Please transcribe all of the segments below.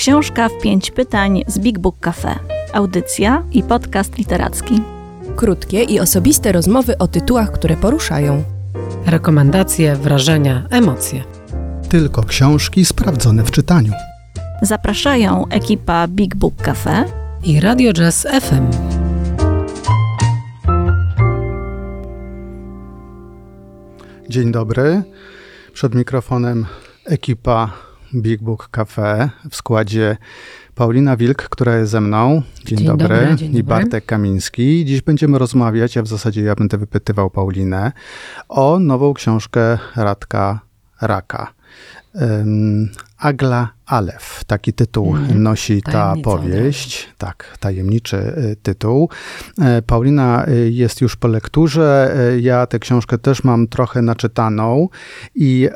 Książka w 5 pytań z Big Book Cafe. Audycja i podcast literacki. Krótkie i osobiste rozmowy o tytułach, które poruszają. Rekomendacje, wrażenia, emocje. Tylko książki sprawdzone w czytaniu. Zapraszają ekipa Big Book Cafe i Radio Jazz FM. Dzień dobry. Przed mikrofonem ekipa Big Book Cafe w składzie Paulina Wilk, która jest ze mną. Dzień dobry. I Bartek Kamiński. Dziś będziemy rozmawiać, a w zasadzie ja będę wypytywał Paulinę, o nową książkę Radka Raka. Agla Alef. Taki tytuł nosi ta powieść. Tak, tajemniczy tytuł. Paulina jest już po lekturze. Ja tę książkę też mam trochę naczytaną i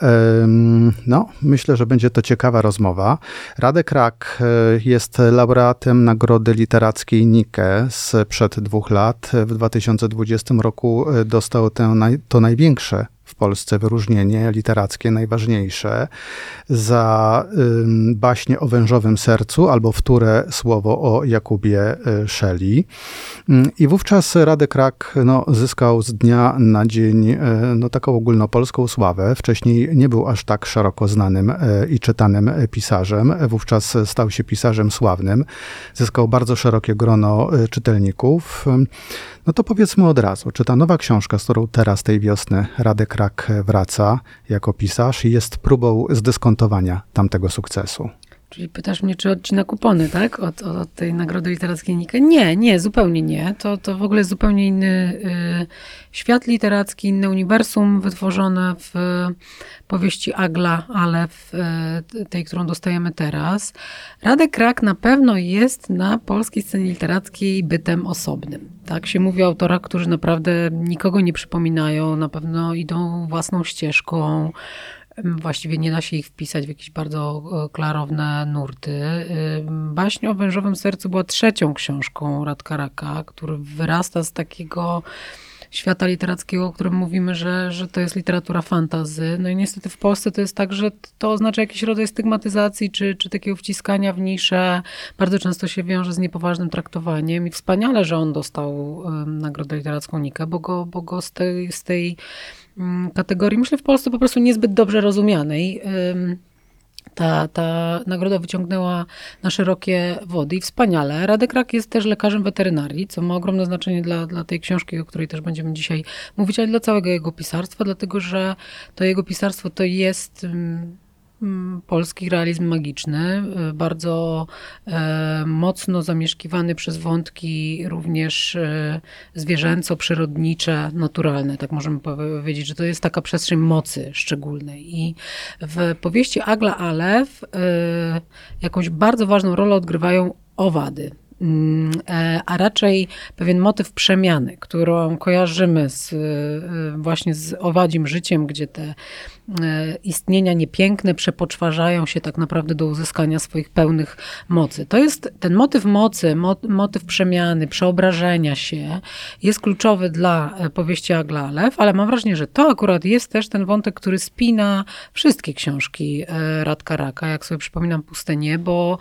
myślę, że będzie to ciekawa rozmowa. Radek Rak jest laureatem Nagrody Literackiej Nike sprzed 2 lat. W 2020 roku dostał to największe w Polsce wyróżnienie literackie, najważniejsze, za baśnie o wężowym sercu albo wtóre słowo o Jakubie Szeli. I wówczas Radek Rak zyskał z dnia na dzień taką ogólnopolską sławę. Wcześniej nie był aż tak szeroko znanym i czytanym pisarzem. Wówczas stał się pisarzem sławnym. Zyskał bardzo szerokie grono czytelników. No to powiedzmy od razu, czy ta nowa książka, z którą teraz tej wiosny Radek Rak wraca jako pisarz, jest próbą zdyskontowania tamtego sukcesu? Czyli pytasz mnie, czy odcina kupony, tak? Od tej Nagrody Literackiej Nike? Nie, zupełnie nie. To w ogóle jest zupełnie inny świat literacki, inne uniwersum wytworzone w powieści Agla Alef, tej, którą dostajemy teraz. Radek Rak na pewno jest na polskiej scenie literackiej bytem osobnym. Tak się mówi o autorach, którzy naprawdę nikogo nie przypominają, na pewno idą własną ścieżką. Właściwie nie da się ich wpisać w jakieś bardzo klarowne nurty. Baśń o wężowym sercu była 3. książką Radka Raka, który wyrasta z takiego świata literackiego, o którym mówimy, że to jest literatura fantasy. No i niestety w Polsce to jest tak, że to oznacza jakiś rodzaj stygmatyzacji, czy takiego wciskania w niszę. Bardzo często się wiąże z niepoważnym traktowaniem i wspaniale, że on dostał Nagrodę Literacką Nike, bo go z tej kategorii, myślę, w Polsce po prostu niezbyt dobrze rozumianej. Ta nagroda wyciągnęła na szerokie wody i wspaniale. Radek Rak jest też lekarzem weterynarii, co ma ogromne znaczenie dla tej książki, o której też będziemy dzisiaj mówić, ale dla całego jego pisarstwa, dlatego że to jego pisarstwo to jest polski realizm magiczny, bardzo mocno zamieszkiwany przez wątki również zwierzęco-przyrodnicze, naturalne. Tak możemy powiedzieć, że to jest taka przestrzeń mocy szczególnej. I w powieści Agla Alef jakąś bardzo ważną rolę odgrywają owady. A raczej pewien motyw przemiany, którą kojarzymy właśnie z owadzim życiem, gdzie te istnienia niepiękne przepoczwarzają się tak naprawdę do uzyskania swoich pełnych mocy. To jest ten motyw mocy, motyw przemiany, przeobrażenia się jest kluczowy dla powieści Agla Alef, ale mam wrażenie, że to akurat jest też ten wątek, który spina wszystkie książki Radka Raka. Jak sobie przypominam Puste Niebo,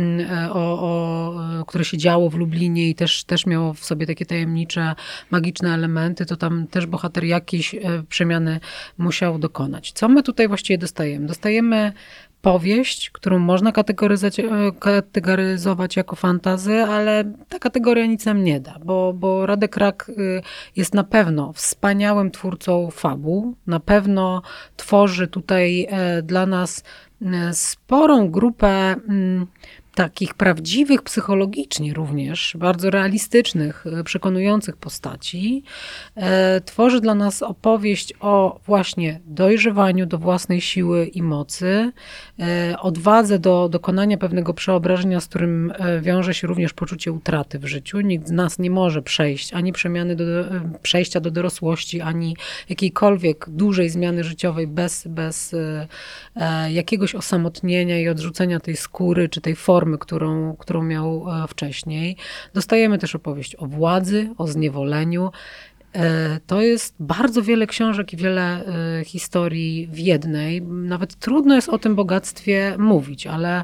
które się działo w Lublinie i też miało w sobie takie tajemnicze, magiczne elementy, to tam też bohater jakiejś przemiany musiał dokonać. Co my tutaj właściwie dostajemy? Dostajemy powieść, którą można kategoryzować jako fantazy, ale ta kategoria nic nam nie da, bo Radek Rak jest na pewno wspaniałym twórcą fabuł, na pewno tworzy tutaj dla nas sporą grupę takich prawdziwych, psychologicznie również, bardzo realistycznych, przekonujących postaci. Tworzy dla nas opowieść o właśnie dojrzewaniu do własnej siły i mocy, odwadze do dokonania pewnego przeobrażenia, z którym wiąże się również poczucie utraty w życiu. Nikt z nas nie może przejść ani przejścia do dorosłości, ani jakiejkolwiek dużej zmiany życiowej bez jakiegoś osamotnienia i odrzucenia tej skóry, czy tej formy, którą miał wcześniej. Dostajemy też opowieść o władzy, o zniewoleniu. To jest bardzo wiele książek i wiele historii w jednej. Nawet trudno jest o tym bogactwie mówić, ale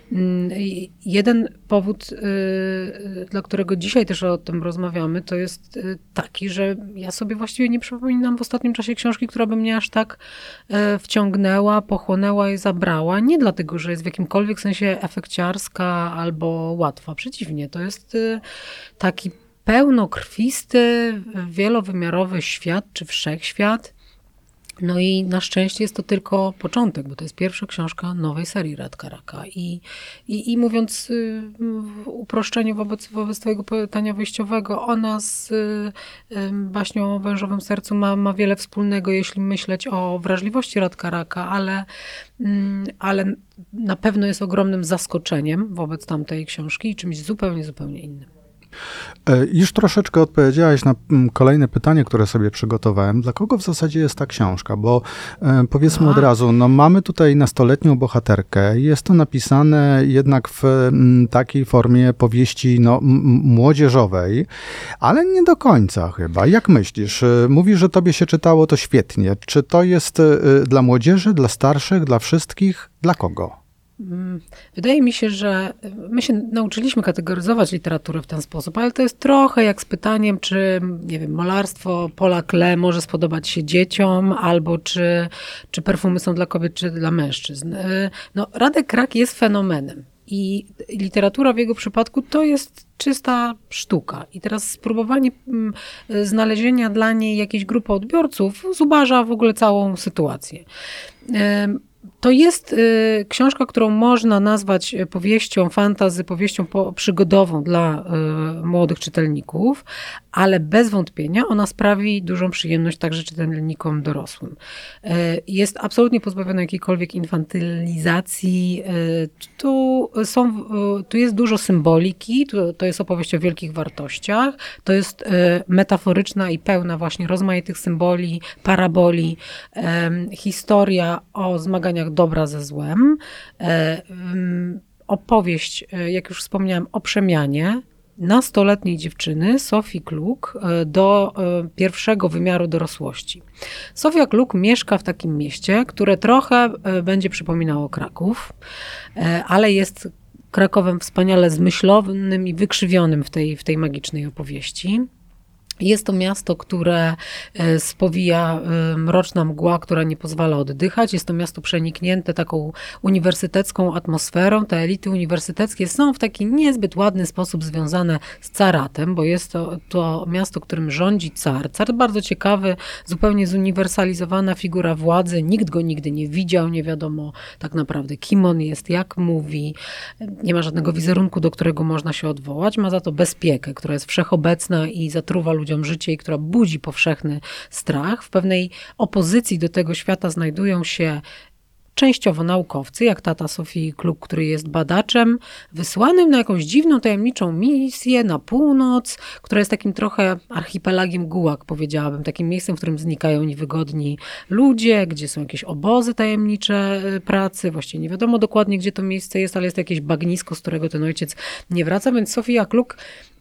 jeden powód, dla którego dzisiaj też o tym rozmawiamy, to jest taki, że ja sobie właściwie nie przypominam w ostatnim czasie książki, która by mnie aż tak wciągnęła, pochłonęła i zabrała. Nie dlatego, że jest w jakimkolwiek sensie efekciarska albo łatwa. Przeciwnie, to jest taki pełnokrwisty, wielowymiarowy świat czy wszechświat. No i na szczęście jest to tylko początek, bo to jest pierwsza książka nowej serii Radka Raka. I mówiąc w uproszczeniu wobec twojego pytania wyjściowego, ona z baśnią o wężowym sercu ma wiele wspólnego, jeśli myśleć o wrażliwości Radka Raka, ale na pewno jest ogromnym zaskoczeniem wobec tamtej książki i czymś zupełnie, zupełnie innym. Już troszeczkę odpowiedziałaś na kolejne pytanie, które sobie przygotowałem. Dla kogo w zasadzie jest ta książka? Bo powiedzmy od razu, no mamy tutaj nastoletnią bohaterkę. Jest to napisane jednak w takiej formie powieści młodzieżowej, ale nie do końca chyba. Jak myślisz? Mówisz, że tobie się czytało to świetnie. Czy to jest dla młodzieży, dla starszych, dla wszystkich? Dla kogo? Wydaje mi się, że my się nauczyliśmy kategoryzować literaturę w ten sposób, ale to jest trochę jak z pytaniem, czy, nie wiem, malarstwo Paula Klee może spodobać się dzieciom, albo czy perfumy są dla kobiet, czy dla mężczyzn. No, Radek Rak jest fenomenem i literatura w jego przypadku to jest czysta sztuka. I teraz spróbowanie znalezienia dla niej jakiejś grupy odbiorców zubaża w ogóle całą sytuację. To jest książka, którą można nazwać powieścią fantasy, powieścią przygodową dla młodych czytelników, ale bez wątpienia ona sprawi dużą przyjemność także czytelnikom dorosłym. Jest absolutnie pozbawiona jakiejkolwiek infantylizacji. Tu jest dużo symboliki, to jest opowieść o wielkich wartościach, to jest metaforyczna i pełna właśnie rozmaitych symboli, paraboli, historia o zmaganiach dobra ze złem. Opowieść, jak już wspomniałam, o przemianie nastoletniej dziewczyny, Sofii Kluk, do pierwszego wymiaru dorosłości. Sofia Kluk mieszka w takim mieście, które trochę będzie przypominało Kraków, ale jest Krakowem wspaniale zmyślonym i wykrzywionym w tej magicznej opowieści. Jest to miasto, które spowija mroczna mgła, która nie pozwala oddychać. Jest to miasto przeniknięte taką uniwersytecką atmosferą. Te elity uniwersyteckie są w taki niezbyt ładny sposób związane z caratem, bo jest to miasto, którym rządzi car. Car bardzo ciekawy, zupełnie zuniwersalizowana figura władzy. Nikt go nigdy nie widział, nie wiadomo tak naprawdę kim on jest, jak mówi. Nie ma żadnego wizerunku, do którego można się odwołać. Ma za to bezpiekę, która jest wszechobecna i zatruwa ludziom życie i która budzi powszechny strach. W pewnej opozycji do tego świata znajdują się częściowo naukowcy, jak tata Sofii Kluk, który jest badaczem, wysłanym na jakąś dziwną, tajemniczą misję na północ, która jest takim trochę archipelagiem gułag, powiedziałabym, takim miejscem, w którym znikają niewygodni ludzie, gdzie są jakieś obozy tajemnicze pracy, właściwie nie wiadomo dokładnie, gdzie to miejsce jest, ale jest jakieś bagnisko, z którego ten ojciec nie wraca, więc Sofia Kluk,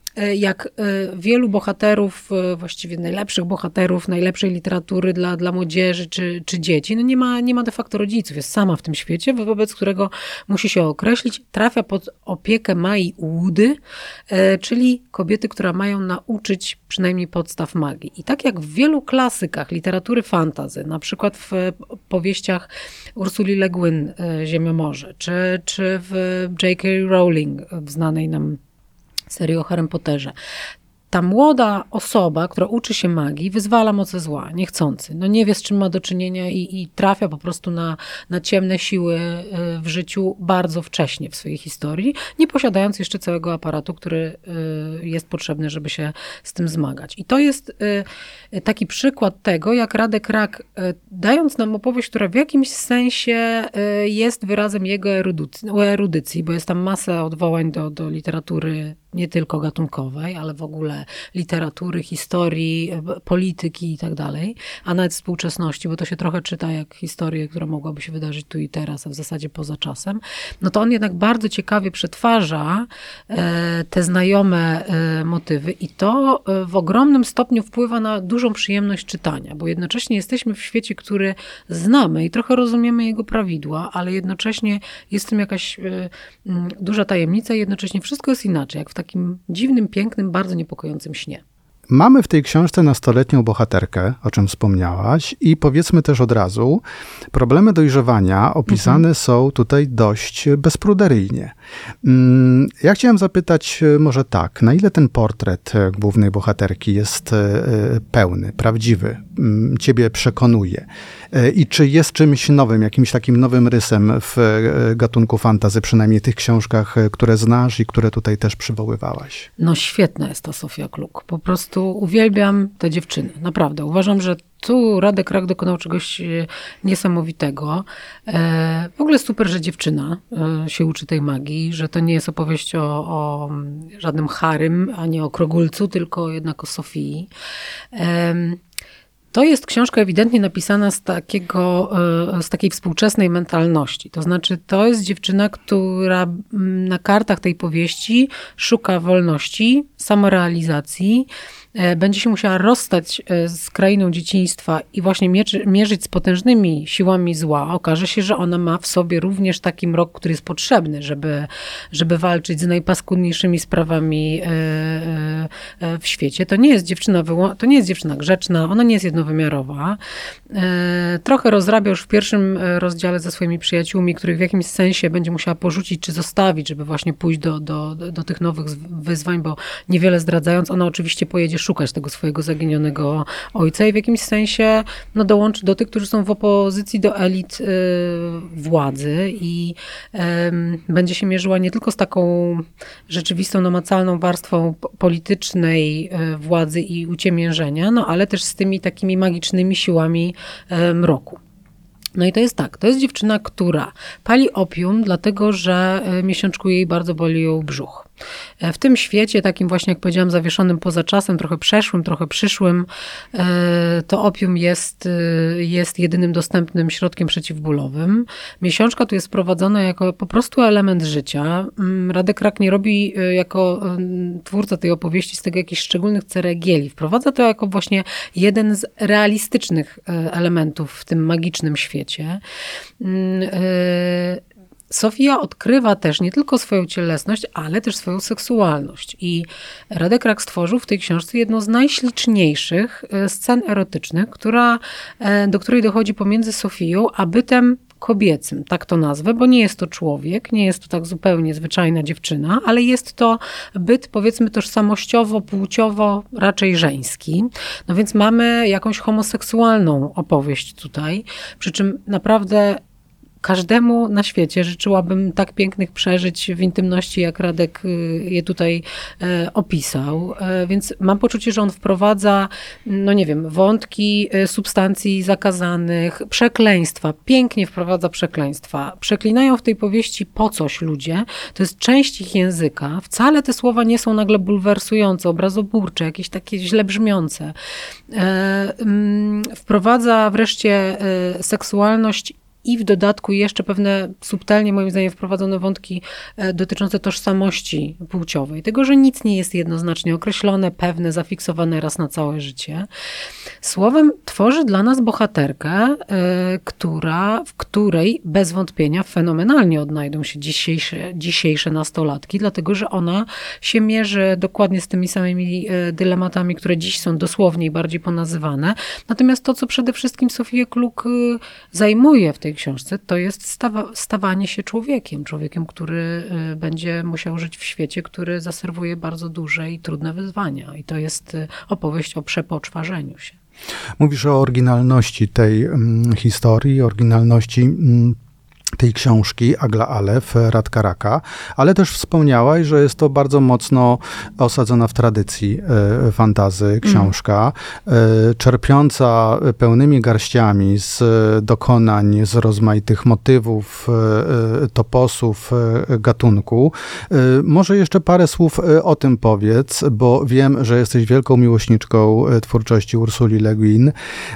jak wielu bohaterów, właściwie najlepszych bohaterów, najlepszej literatury dla młodzieży czy dzieci, no nie ma de facto rodziców, jest sama w tym świecie, wobec którego musi się określić, trafia pod opiekę Mai Łudy, czyli kobiety, która mają nauczyć przynajmniej podstaw magii. I tak jak w wielu klasykach literatury fantasy, na przykład w powieściach Ursuli Le Guin Ziemiomorze, czy w J.K. Rowling, w znanej nam serii o Harrym Potterze. Ta młoda osoba, która uczy się magii, wyzwala moce zła, niechcący. No nie wie, z czym ma do czynienia i trafia po prostu na ciemne siły w życiu bardzo wcześnie w swojej historii, nie posiadając jeszcze całego aparatu, który jest potrzebny, żeby się z tym zmagać. I to jest taki przykład tego, jak Radek Rak, dając nam opowieść, która w jakimś sensie jest wyrazem jego erudycji, bo jest tam masa odwołań do literatury nie tylko gatunkowej, ale w ogóle literatury, historii, polityki i tak dalej, a nawet współczesności, bo to się trochę czyta jak historię, która mogłaby się wydarzyć tu i teraz, a w zasadzie poza czasem, no to on jednak bardzo ciekawie przetwarza te znajome motywy i to w ogromnym stopniu wpływa na dużą przyjemność czytania, bo jednocześnie jesteśmy w świecie, który znamy i trochę rozumiemy jego prawidła, ale jednocześnie jest w tym jakaś duża tajemnica i jednocześnie wszystko jest inaczej, jak w takim dziwnym, pięknym, bardzo niepokojącym śnie. Mamy w tej książce nastoletnią bohaterkę, o czym wspomniałaś, i powiedzmy też od razu, problemy dojrzewania opisane są tutaj dość bezpruderyjnie. Ja chciałem zapytać może tak, na ile ten portret głównej bohaterki jest pełny, prawdziwy, ciebie przekonuje? I czy jest czymś nowym, jakimś takim nowym rysem w gatunku fantasy, przynajmniej tych książkach, które znasz i które tutaj też przywoływałaś? No świetna jest ta Sofia Kluk. Po prostu uwielbiam tę dziewczynę. Naprawdę. Uważam, że tu Radek Rak dokonał czegoś niesamowitego. W ogóle super, że dziewczyna się uczy tej magii, że to nie jest opowieść o żadnym Harrym, ani o Krogulcu, tylko jednak o Sofii. To jest książka ewidentnie napisana z takiej współczesnej mentalności. To znaczy, to jest dziewczyna, która na kartach tej powieści szuka wolności, samorealizacji, będzie się musiała rozstać z krainą dzieciństwa i właśnie mierzyć z potężnymi siłami zła. Okaże się, że ona ma w sobie również taki mrok, który jest potrzebny, żeby walczyć z najpaskudniejszymi sprawami w świecie. To nie jest dziewczyna grzeczna, ona nie jest jednowymiarowa. Trochę rozrabia już w pierwszym rozdziale ze swoimi przyjaciółmi, których w jakimś sensie będzie musiała porzucić czy zostawić, żeby właśnie pójść do tych nowych wyzwań, bo niewiele zdradzając, ona oczywiście pojedzie szukać tego swojego zaginionego ojca i w jakimś sensie dołączy do tych, którzy są w opozycji do elit władzy i będzie się mierzyła nie tylko z taką rzeczywistą, namacalną warstwą politycznej władzy i uciemiężenia, ale też z tymi takimi magicznymi siłami mroku. No i to jest tak, to jest dziewczyna, która pali opium, dlatego że miesiączkuje jej, bardzo boli ją brzuch. W tym świecie, takim właśnie, jak powiedziałam, zawieszonym poza czasem, trochę przeszłym, trochę przyszłym, to opium jest jedynym dostępnym środkiem przeciwbólowym. Miesiączka tu jest wprowadzona jako po prostu element życia. Radek Rak nie robi jako twórca tej opowieści z tego jakichś szczególnych ceregieli. Wprowadza to jako właśnie jeden z realistycznych elementów w tym magicznym świecie. Sofia odkrywa też nie tylko swoją cielesność, ale też swoją seksualność. I Radek Rak stworzył w tej książce jedną z najśliczniejszych scen erotycznych, do której dochodzi pomiędzy Sofią a bytem kobiecym, tak to nazwę, bo nie jest to człowiek, nie jest to tak zupełnie zwyczajna dziewczyna, ale jest to byt, powiedzmy, tożsamościowo, płciowo raczej żeński. No więc mamy jakąś homoseksualną opowieść tutaj, przy czym naprawdę każdemu na świecie życzyłabym tak pięknych przeżyć w intymności, jak Radek je tutaj opisał. Więc mam poczucie, że on wprowadza, wątki substancji zakazanych, przekleństwa. Pięknie wprowadza przekleństwa. Przeklinają w tej powieści po coś ludzie. To jest część ich języka. Wcale te słowa nie są nagle bulwersujące, obrazoburcze, jakieś takie źle brzmiące. Wprowadza wreszcie seksualność i w dodatku jeszcze pewne subtelnie, moim zdaniem, wprowadzone wątki dotyczące tożsamości płciowej. Tego, że nic nie jest jednoznacznie określone, pewne, zafiksowane raz na całe życie. Słowem, tworzy dla nas bohaterkę, w której bez wątpienia fenomenalnie odnajdą się dzisiejsze nastolatki, dlatego, że ona się mierzy dokładnie z tymi samymi dylematami, które dziś są dosłownie i bardziej ponazywane. Natomiast to, co przede wszystkim Sofię Kluk zajmuje w tej książce, to jest stawanie się człowiekiem, który będzie musiał żyć w świecie, który zaserwuje bardzo duże i trudne wyzwania. I to jest opowieść o przepoczwarzeniu się. Mówisz o oryginalności tej historii, oryginalności tej książki Agla Alef, Radka Raka, ale też wspomniałaś, że jest to bardzo mocno osadzona w tradycji fantasy książka, czerpiąca pełnymi garściami z dokonań, z rozmaitych motywów, toposów gatunku. Może jeszcze parę słów o tym powiedz, bo wiem, że jesteś wielką miłośniczką twórczości Ursuli Le Guin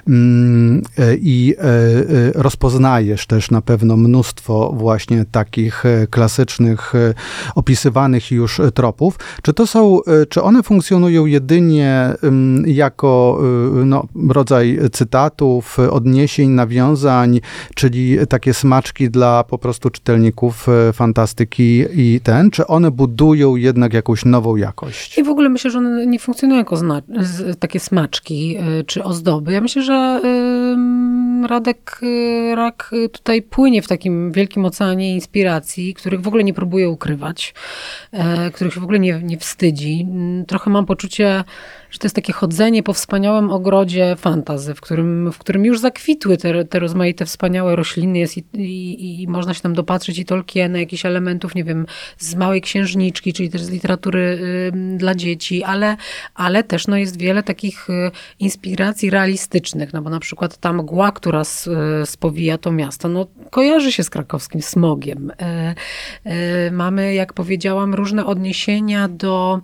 i rozpoznajesz też na pewno mnóstwo właśnie takich klasycznych, opisywanych już tropów. Czy one funkcjonują jedynie jako rodzaj cytatów, odniesień, nawiązań, czyli takie smaczki dla po prostu czytelników fantastyki czy one budują jednak jakąś nową jakość? I w ogóle myślę, że one nie funkcjonują jako takie smaczki czy ozdoby. Ja myślę, że Radek Rak tutaj płynie w takim wielkim oceanie inspiracji, których w ogóle nie próbuje ukrywać, których się w ogóle nie wstydzi. Trochę mam poczucie, że to jest takie chodzenie po wspaniałym ogrodzie fantasy, w którym już zakwitły te rozmaite wspaniałe rośliny jest i można się tam dopatrzyć i Tolkiena, jakichś elementów, nie wiem, z Małej Księżniczki, czyli też z literatury dla dzieci, ale też jest wiele takich inspiracji realistycznych, bo na przykład ta mgła, która spowija to miasto, kojarzy się z krakowskim smogiem. Mamy, jak powiedziałam, różne odniesienia do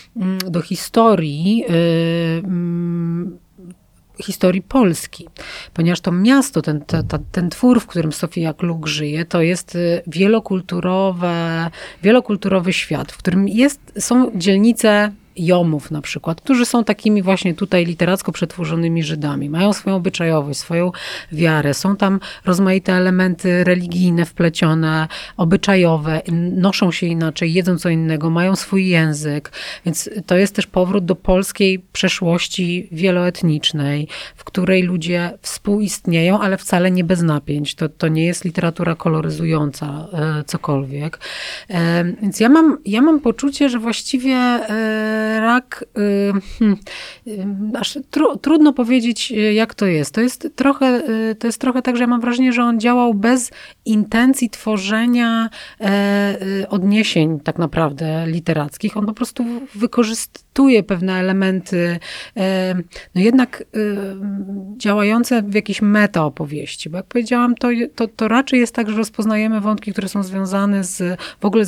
historii Polski, ponieważ to miasto, ten twór, w którym Sofia Klug żyje, to jest wielokulturowy świat, w którym są dzielnice Jomów na przykład, którzy są takimi właśnie tutaj literacko przetworzonymi Żydami. Mają swoją obyczajowość, swoją wiarę. Są tam rozmaite elementy religijne wplecione, obyczajowe, noszą się inaczej, jedzą co innego, mają swój język. Więc to jest też powrót do polskiej przeszłości wieloetnicznej, w której ludzie współistnieją, ale wcale nie bez napięć. To nie jest literatura koloryzująca cokolwiek. Więc ja mam poczucie, że właściwie Rak, aż trudno powiedzieć, jak to jest. To jest trochę tak, że ja mam wrażenie, że on działał bez intencji tworzenia odniesień tak naprawdę literackich. On po prostu wykorzystuje pewne elementy, jednak działające w jakiejś metaopowieści. Bo jak powiedziałam, to raczej jest tak, że rozpoznajemy wątki, które są związane w ogóle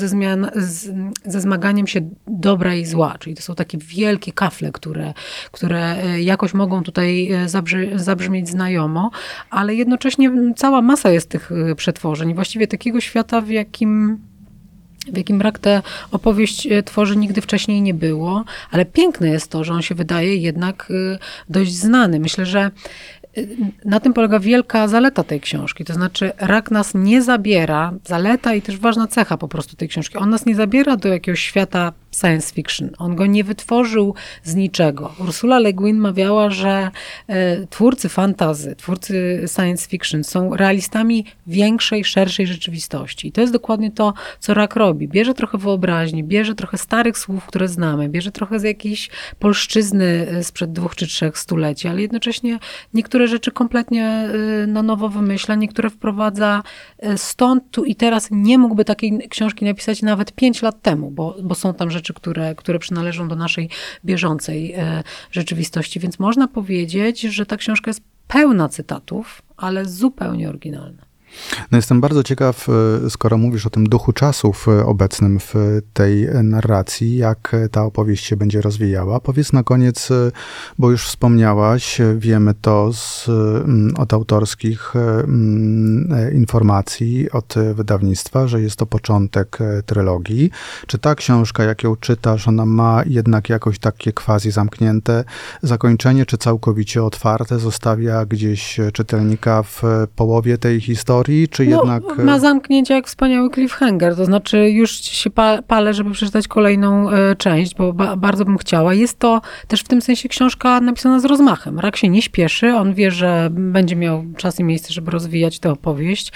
ze zmaganiem się dobra i zła. Czyli to są takie wielkie kafle, które jakoś mogą tutaj zabrzmieć znajomo, ale jednocześnie cała masa jest tych przetworzeń. Właściwie takiego świata, w jakim Rak tę opowieść tworzy, nigdy wcześniej nie było, ale piękne jest to, że on się wydaje jednak dość znany. Myślę, że na tym polega wielka zaleta tej książki. To znaczy Rak nas nie zabiera, zaleta i też ważna cecha po prostu tej książki, on nas nie zabiera do jakiegoś świata science fiction. On go nie wytworzył z niczego. Ursula Le Guin mawiała, że twórcy fantasy, twórcy science fiction są realistami większej, szerszej rzeczywistości. I to jest dokładnie to, co Rak robi. Bierze trochę wyobraźni, bierze trochę starych słów, które znamy, bierze trochę z jakiejś polszczyzny sprzed 2 czy 3 stuleci, ale jednocześnie niektóre rzeczy kompletnie na nowo wymyśla, niektóre wprowadza stąd, tu i teraz. Nie mógłby takiej książki napisać nawet 5 lat temu, bo są tam rzeczy, które przynależą do naszej bieżącej rzeczywistości. Więc można powiedzieć, że ta książka jest pełna cytatów, ale zupełnie oryginalna. Jestem bardzo ciekaw, skoro mówisz o tym duchu czasów obecnym w tej narracji, jak ta opowieść się będzie rozwijała. Powiedz na koniec, bo już wspomniałaś, wiemy to od autorskich informacji, od wydawnictwa, że jest to początek trylogii. Czy ta książka, jak ją czytasz, ona ma jednak jakoś takie quasi zamknięte zakończenie, czy całkowicie otwarte, zostawia gdzieś czytelnika w połowie tej historii? Czy jednak... Ma zamknięcie jak wspaniały cliffhanger, to znaczy już się palę, żeby przeczytać kolejną część, bo bardzo bym chciała. Jest to też w tym sensie książka napisana z rozmachem. Rak się nie śpieszy, on wie, że będzie miał czas i miejsce, żeby rozwijać tę opowieść.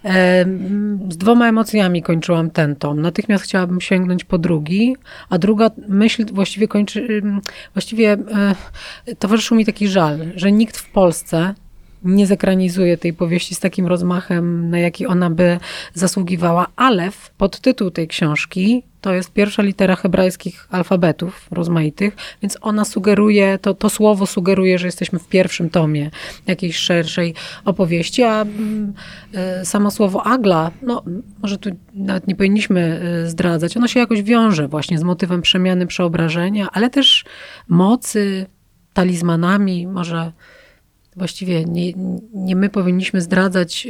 Z 2 emocjami kończyłam ten tom. Natychmiast chciałabym sięgnąć po drugi, a druga myśl właściwie towarzyszył mi taki żal, że nikt w Polsce nie zekranizuje tej powieści z takim rozmachem, na jaki ona by zasługiwała, ale podtytuł tej książki to jest pierwsza litera hebrajskich alfabetów rozmaitych, więc ona sugeruje, to słowo sugeruje, że jesteśmy w pierwszym tomie jakiejś szerszej opowieści, a samo słowo Agla, no może tu nawet nie powinniśmy zdradzać, ono się jakoś wiąże właśnie z motywem przemiany, przeobrażenia, ale też mocy, talizmanami, może właściwie nie my powinniśmy zdradzać,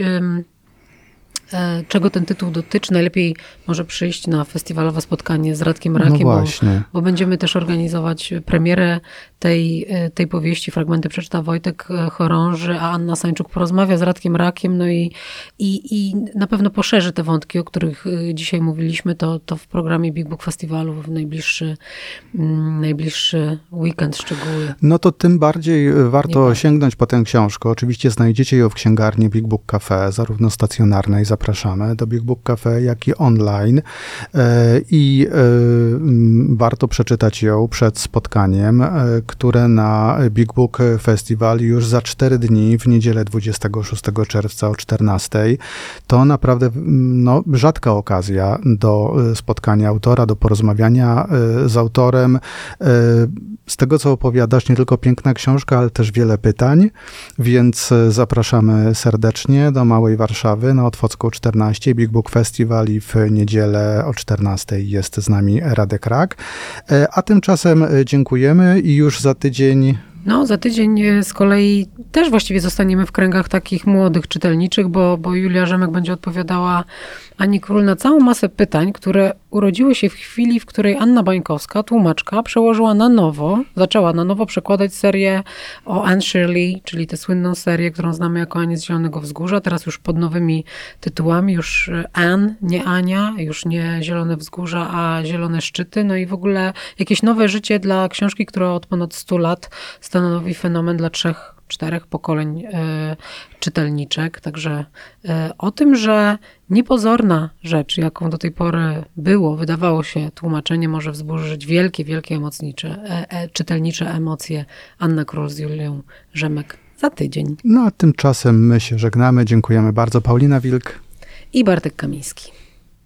czego ten tytuł dotyczy. Najlepiej może przyjść na festiwalowe spotkanie z Radkiem Rakiem, bo będziemy też organizować premierę tej powieści. Fragmenty przeczyta Wojtek Chorąży, a Anna Sańczuk porozmawia z Radkiem Rakiem, no i na pewno poszerzy te wątki, o których dzisiaj mówiliśmy, to w programie Big Book Festiwalu w najbliższy weekend szczegóły. No to tym bardziej warto sięgnąć po tę książkę. Oczywiście znajdziecie ją w księgarni Big Book Cafe, zarówno stacjonarnej, zapraszamy do Big Book Cafe, jak i online. I warto przeczytać ją przed spotkaniem, które na Big Book Festival już za 4 dni, w niedzielę 26 czerwca o 14:00. To naprawdę rzadka okazja do spotkania autora, do porozmawiania z autorem. Z tego, co opowiadasz, nie tylko piękna książka, ale też wiele pytań, więc zapraszamy serdecznie do Małej Warszawy na Otwocką 14, Big Book Festival, i w niedzielę o 14:00 jest z nami Radek Rak. A tymczasem dziękujemy i już za tydzień... No, za tydzień z kolei też właściwie zostaniemy w kręgach takich młodych czytelniczych, bo Julia Rzemek będzie odpowiadała Ani Król na całą masę pytań, które urodziły się w chwili, w której Anna Bańkowska, tłumaczka, zaczęła na nowo przekładać serię o Anne Shirley, czyli tę słynną serię, którą znamy jako Anię z Zielonego Wzgórza, teraz już pod nowymi tytułami, już Anne, nie Ania, już nie Zielone Wzgórza, a Zielone Szczyty, no i w ogóle jakieś nowe życie dla książki, która od ponad 100 lat stanowi fenomen dla 3-4 pokoleń czytelniczek. Także o tym, że niepozorna rzecz, jaką do tej pory wydawało się tłumaczenie, może wzburzyć wielkie, wielkie czytelnicze emocje. Anna Król z Julią Rzemek za tydzień. No a tymczasem my się żegnamy. Dziękujemy bardzo. Paulina Wilk i Bartek Kamiński.